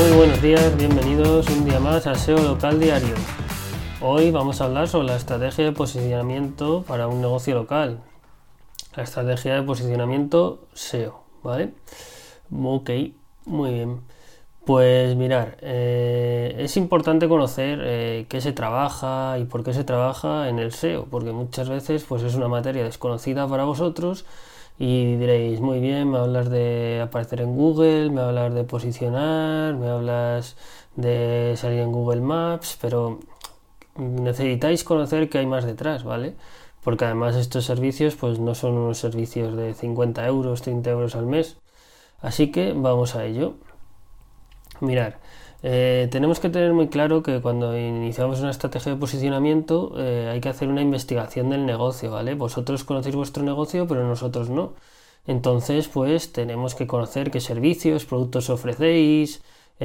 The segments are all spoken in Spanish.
Muy buenos días, bienvenidos un día más a SEO Local Diario. Hoy vamos a hablar sobre la estrategia de posicionamiento para un negocio local. La estrategia de posicionamiento SEO, ¿vale? Ok, muy bien. Pues mirar, es importante conocer qué se trabaja y por qué se trabaja en el SEO, porque muchas veces pues es una materia desconocida para vosotros y diréis, muy bien, me hablas de aparecer en Google, me hablas de posicionar, me hablas de salir en Google Maps, pero necesitáis conocer qué hay más detrás, ¿vale? Porque además estos servicios pues no son unos servicios de 50 euros, 30 euros al mes. Así que vamos a ello. Mirar, tenemos que tener muy claro que cuando iniciamos una estrategia de posicionamiento hay que hacer una investigación del negocio, ¿vale? Vosotros conocéis vuestro negocio, pero nosotros no. Entonces, pues tenemos que conocer qué servicios, productos ofrecéis,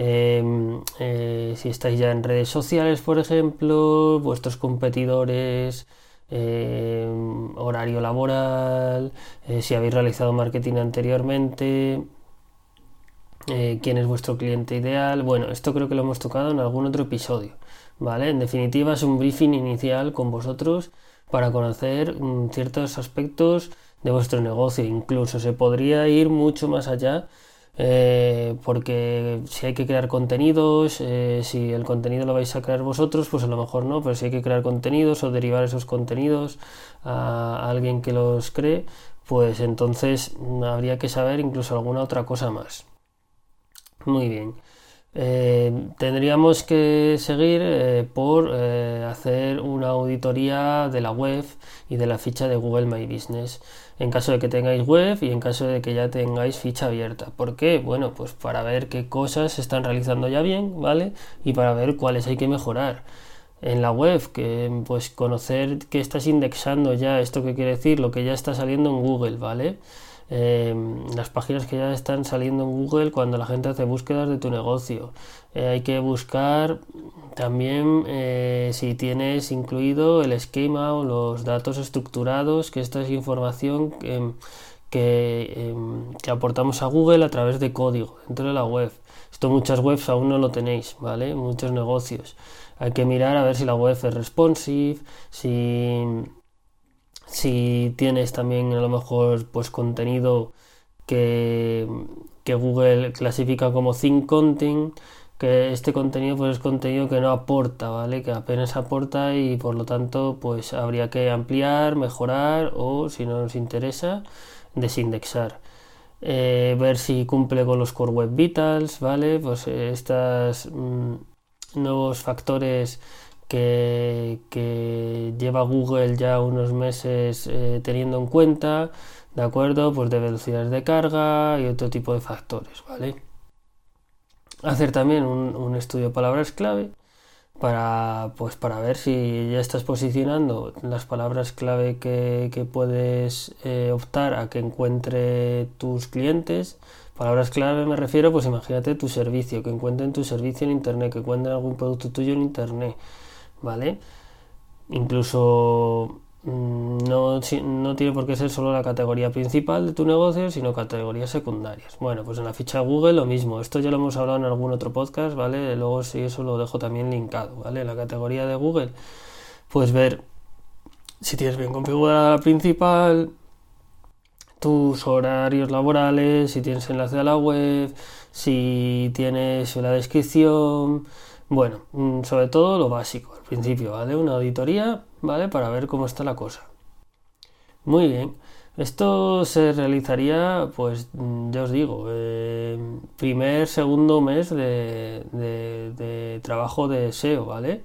si estáis ya en redes sociales, por ejemplo, vuestros competidores, horario laboral, si habéis realizado marketing anteriormente. Quién es vuestro cliente ideal. Bueno, esto creo que lo hemos tocado en algún otro episodio, ¿vale? En definitiva es un briefing inicial con vosotros para conocer ciertos aspectos de vuestro negocio. Incluso se podría ir mucho más allá, porque si hay que crear contenidos, si el contenido lo vais a crear vosotros, pues a lo mejor no, pero si hay que crear contenidos o derivar esos contenidos a alguien que los cree, pues entonces habría que saber incluso alguna otra cosa más. Muy bien. Tendríamos que seguir por hacer una auditoría de la web y de la ficha de Google My Business en caso de que tengáis web y en caso de que ya tengáis ficha abierta. ¿Por qué? Bueno, pues para ver qué cosas se están realizando ya bien, ¿vale? Y para ver cuáles hay que mejorar. En la web, que pues conocer que estás indexando ya, esto que quiere decir, lo que ya está saliendo en Google, ¿vale? Las páginas que ya están saliendo en Google cuando la gente hace búsquedas de tu negocio. Hay que buscar también si tienes incluido el esquema o los datos estructurados, que esta es información que aportamos a Google a través de código dentro de la web. Esto muchas webs aún no lo tenéis, ¿vale? Muchos negocios. Hay que mirar a ver si la web es responsive, si tienes también a lo mejor pues contenido que, que Google clasifica como thin content, que este contenido pues es contenido que no aporta, ¿vale? Que apenas aporta y por lo tanto pues habría que ampliar, mejorar o si no nos interesa, desindexar. Ver si cumple con los Core Web Vitals, ¿vale? Pues estos nuevos factores que lleva Google ya unos meses teniendo en cuenta, ¿de acuerdo? Pues de velocidades de carga y otro tipo de factores, ¿vale? Hacer también un estudio de palabras clave para ver si ya estás posicionando las palabras clave que puedes optar a que encuentre tus clientes. Palabras clave me refiero, pues imagínate tu servicio, que encuentren tu servicio en internet, que encuentren algún producto tuyo en internet, ¿vale? Incluso no tiene por qué ser solo la categoría principal de tu negocio, sino categorías secundarias. Bueno, pues en la ficha Google lo mismo. Esto ya lo hemos hablado en algún otro podcast, ¿vale? Luego sí, eso lo dejo también linkado, ¿vale? En la categoría de Google, pues ver si tienes bien configurada la principal, tus horarios laborales, si tienes enlace a la web, si tienes la descripción. Bueno, sobre todo lo básico al principio, ¿vale? Una auditoría, ¿vale? Para ver cómo está la cosa. Muy bien. Esto se realizaría, pues, ya os digo, primer, segundo mes de trabajo de SEO, ¿vale?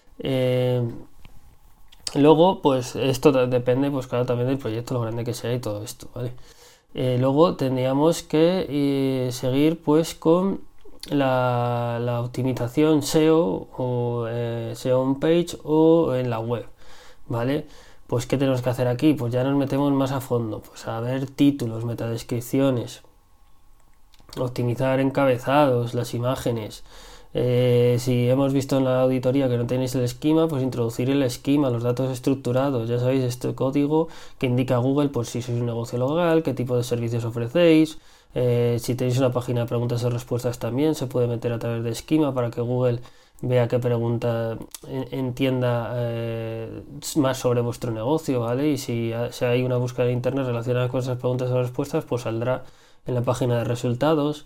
Luego, pues, esto depende, pues, claro, también del proyecto, lo grande que sea y todo esto, ¿vale? Luego tendríamos que seguir, pues, con la optimización SEO o SEO on page o en la web, ¿vale? Pues ¿qué tenemos que hacer aquí? Pues ya nos metemos más a fondo, pues a ver títulos, metadescripciones, optimizar encabezados, las imágenes. Si hemos visto en la auditoría que no tenéis el esquema, pues introducir el esquema, los datos estructurados, ya sabéis, este código que indica a Google pues si sois un negocio local, qué tipo de servicios ofrecéis, Si tenéis una página de preguntas y respuestas también se puede meter a través de Schema para que Google vea qué pregunta, entienda más sobre vuestro negocio, ¿vale? Y si hay una búsqueda en internet relacionada con esas preguntas o respuestas, pues saldrá en la página de resultados.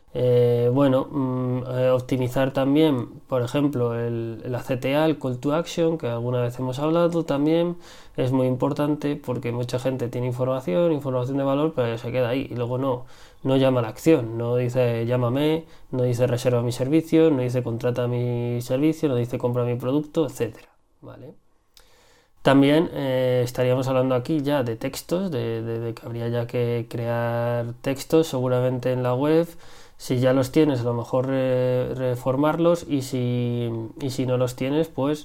Optimizar también, por ejemplo, la CTA, el Call to Action, que alguna vez hemos hablado también, es muy importante porque mucha gente tiene información de valor, pero se queda ahí y luego no llama a la acción, no dice llámame, no dice reserva mi servicio, no dice contrata mi servicio, no dice compra mi producto, etcétera, ¿vale? También estaríamos hablando aquí ya de textos, de que habría ya que crear textos seguramente en la web. Si ya los tienes, a lo mejor reformarlos y si no los tienes, pues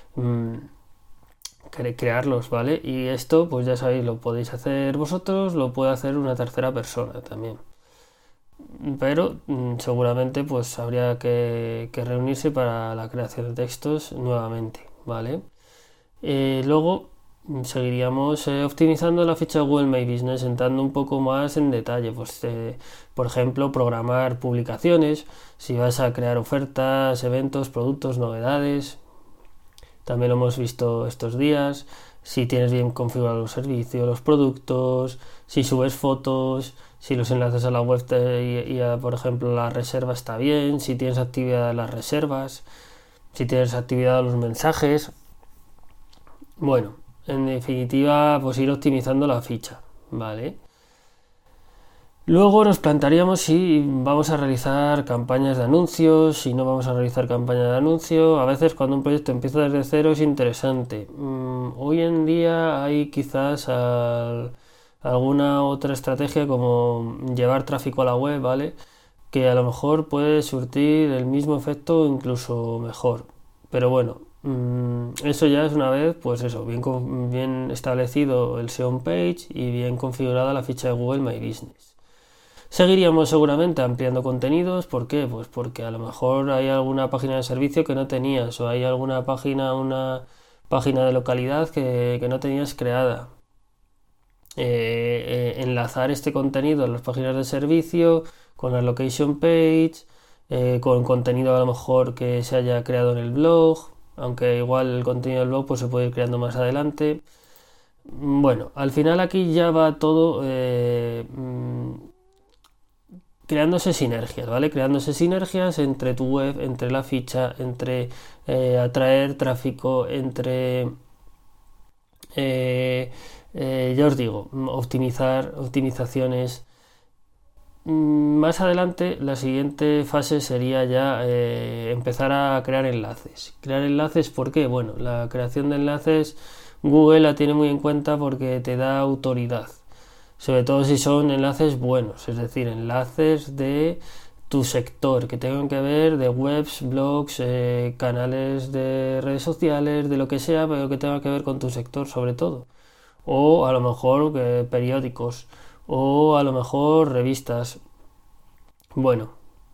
crearlos, ¿vale? Y esto, pues ya sabéis, lo podéis hacer vosotros, lo puede hacer una tercera persona también. Pero seguramente pues habría que reunirse para la creación de textos nuevamente, ¿vale? Luego seguiríamos optimizando la ficha de Google My Business, entrando un poco más en detalle, pues por ejemplo programar publicaciones, si vas a crear ofertas, eventos, productos, novedades, también lo hemos visto estos días, si tienes bien configurados los servicios, los productos, si subes fotos, si los enlaces a la web por ejemplo la reserva está bien, si tienes actividad las reservas, si tienes actividad los mensajes. Bueno, en definitiva, pues ir optimizando la ficha, ¿vale? Luego nos plantearíamos si vamos a realizar campañas de anuncios, si no vamos a realizar campañas de anuncio. A veces cuando un proyecto empieza desde cero es interesante. Hoy en día hay quizás alguna otra estrategia como llevar tráfico a la web, ¿vale? Que a lo mejor puede surtir el mismo efecto o incluso mejor. Pero bueno, eso ya es una vez, pues eso, bien establecido el SEO page y bien configurada la ficha de Google My Business. Seguiríamos seguramente ampliando contenidos. ¿Por qué? Pues porque a lo mejor hay alguna página de servicio que no tenías o hay una página de localidad que no tenías creada. Enlazar este contenido a las páginas de servicio con la location page, con contenido a lo mejor que se haya creado en el blog, aunque igual el contenido del blog pues se puede ir creando más adelante. Bueno, al final aquí ya va todo creándose sinergias, ¿vale? Creándose sinergias entre tu web, entre la ficha, entre atraer tráfico, entre ya os digo, optimizaciones. Más adelante, la siguiente fase sería ya empezar a crear enlaces. Crear enlaces, ¿por qué? Bueno, la creación de enlaces Google la tiene muy en cuenta porque te da autoridad. Sobre todo si son enlaces buenos, es decir, enlaces de tu sector, que tengan que ver de webs, blogs, canales de redes sociales, de lo que sea, pero que tenga que ver con tu sector sobre todo. O a lo mejor periódicos, o a lo mejor revistas. Bueno,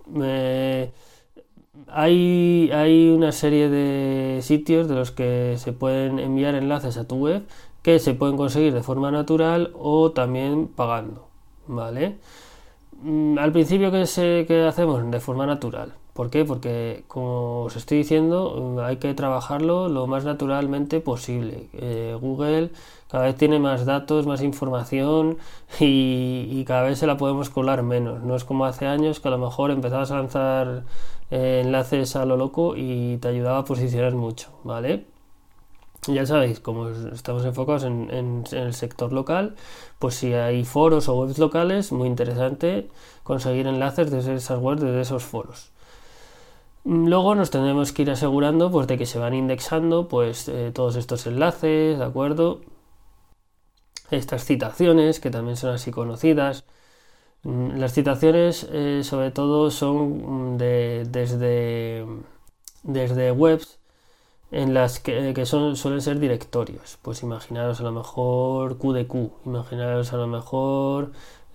hay una serie de sitios de los que se pueden enviar enlaces a tu web que se pueden conseguir de forma natural o también pagando, ¿vale? Al principio, ¿qué hacemos? De forma natural. ¿Por qué? Porque, como os estoy diciendo, hay que trabajarlo lo más naturalmente posible. Google cada vez tiene más datos, más información y cada vez se la podemos colar menos. No es como hace años que a lo mejor empezabas a lanzar enlaces a lo loco y te ayudaba a posicionar mucho, ¿vale? Ya sabéis, como estamos enfocados en el sector local, pues si hay foros o webs locales, muy interesante conseguir enlaces desde esas webs, desde esos foros. Luego nos tendremos que ir asegurando pues, de que se van indexando pues, todos estos enlaces, ¿de acuerdo? Estas citaciones, que también son así conocidas. Las citaciones sobre todo son desde webs en las que suelen ser directorios. Pues imaginaros a lo mejor QDQ, imaginaros a lo mejor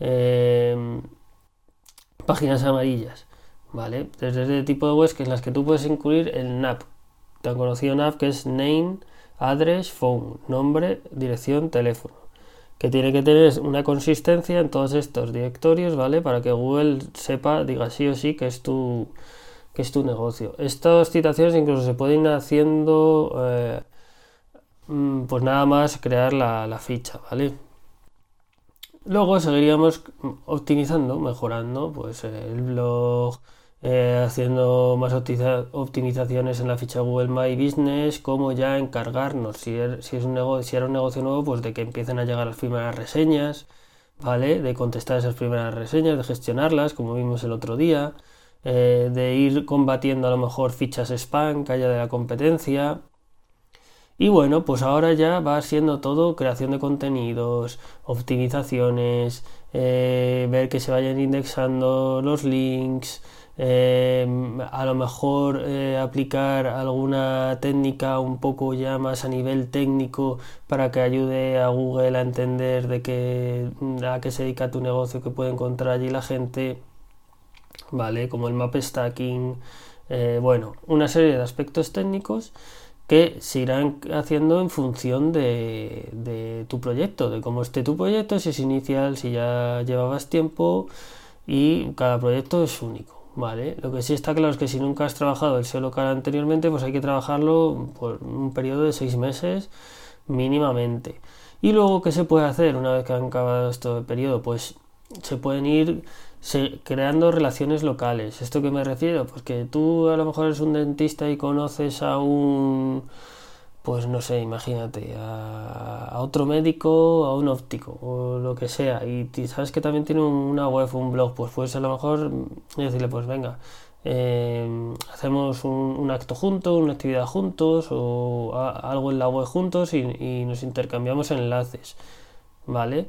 páginas amarillas, ¿vale? Desde este tipo de webs que en las que tú puedes incluir el NAP, tan conocido NAP que es Name, Address, Phone, nombre, dirección, teléfono. que tiene que tener una consistencia en todos estos directorios, ¿vale? Para que Google sepa, diga sí o sí que es tu negocio. Estas citaciones incluso se pueden ir haciendo, pues nada más crear la ficha, ¿vale? Luego seguiríamos optimizando, mejorando pues el blog, haciendo más optimizaciones en la ficha Google My Business, como ya encargarnos, si era un negocio nuevo, pues de que empiecen a llegar las primeras reseñas, ¿vale? De contestar esas primeras reseñas, de gestionarlas, como vimos el otro día, de ir combatiendo a lo mejor fichas spam que haya de la competencia. Y bueno, pues ahora ya va siendo todo creación de contenidos, optimizaciones, ver que se vayan indexando los links, a lo mejor aplicar alguna técnica un poco ya más a nivel técnico para que ayude a Google a entender a qué se dedica tu negocio, que puede encontrar allí la gente, ¿vale? Como el map stacking, bueno, una serie de aspectos técnicos que se irán haciendo en función de tu proyecto, de cómo esté tu proyecto, si es inicial, si ya llevabas tiempo, y cada proyecto es único, ¿vale? Lo que sí está claro es que si nunca has trabajado el SEO local anteriormente, pues hay que trabajarlo por un periodo de 6 meses mínimamente. Y luego, ¿qué se puede hacer una vez que han acabado este periodo? Pues se pueden ir creando relaciones locales. ¿Esto qué me refiero? Pues que tú a lo mejor eres un dentista y conoces pues no sé, imagínate, a otro médico, a un óptico o lo que sea, y sabes que también tiene una web, un blog, pues puedes a lo mejor decirle, pues venga, hacemos un acto juntos, una actividad juntos o algo en la web juntos y nos intercambiamos enlaces, ¿vale?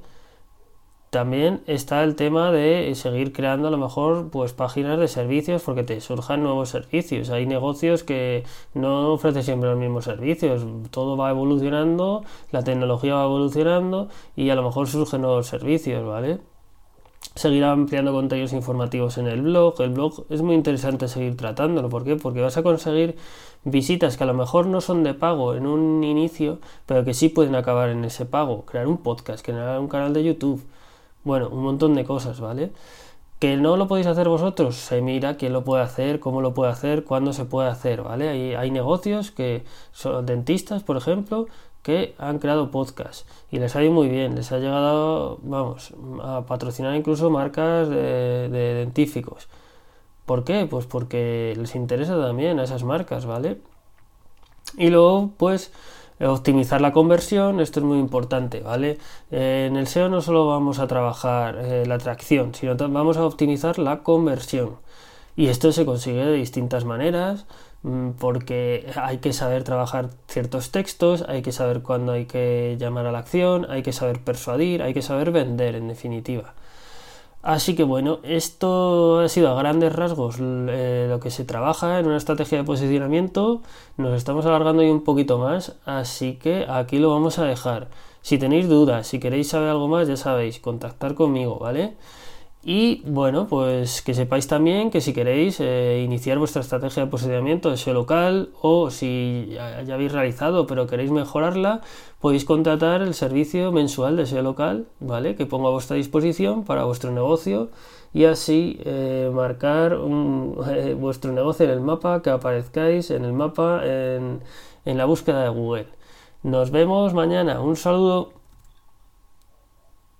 También está el tema de seguir creando a lo mejor pues páginas de servicios porque te surjan nuevos servicios. Hay negocios que no ofrecen siempre los mismos servicios. Todo va evolucionando, la tecnología va evolucionando y a lo mejor surgen nuevos servicios, ¿vale? Seguir ampliando contenidos informativos en el blog. El blog es muy interesante seguir tratándolo. ¿Por qué? Porque vas a conseguir visitas que a lo mejor no son de pago en un inicio, pero que sí pueden acabar en ese pago. Crear un podcast, crear un canal de YouTube. Bueno, un montón de cosas, ¿vale? Que no lo podéis hacer vosotros, se mira quién lo puede hacer, cómo lo puede hacer, cuándo se puede hacer, ¿vale? Hay negocios que son dentistas, por ejemplo, que han creado podcast y les ha ido muy bien, les ha llegado, vamos, a patrocinar incluso marcas de dentíficos. ¿Por qué? Pues porque les interesa también a esas marcas, ¿vale? Y luego, pues, optimizar la conversión, esto es muy importante, ¿vale? En el SEO no solo vamos a trabajar la atracción, sino vamos a optimizar la conversión. Y esto se consigue de distintas maneras, porque hay que saber trabajar ciertos textos, hay que saber cuándo hay que llamar a la acción, hay que saber persuadir, hay que saber vender, en definitiva. Así que bueno, esto ha sido a grandes rasgos lo que se trabaja en una estrategia de posicionamiento. Nos estamos alargando hoy un poquito más, así que aquí lo vamos a dejar. Si tenéis dudas, si queréis saber algo más, ya sabéis, contactar conmigo, ¿vale? Y bueno, pues que sepáis también que si queréis iniciar vuestra estrategia de posicionamiento de SEO local o si ya habéis realizado pero queréis mejorarla, podéis contratar el servicio mensual de SEO local, ¿vale? Que pongo a vuestra disposición para vuestro negocio y así marcar vuestro negocio en el mapa, que aparezcáis en el mapa en la búsqueda de Google. Nos vemos mañana. Un saludo.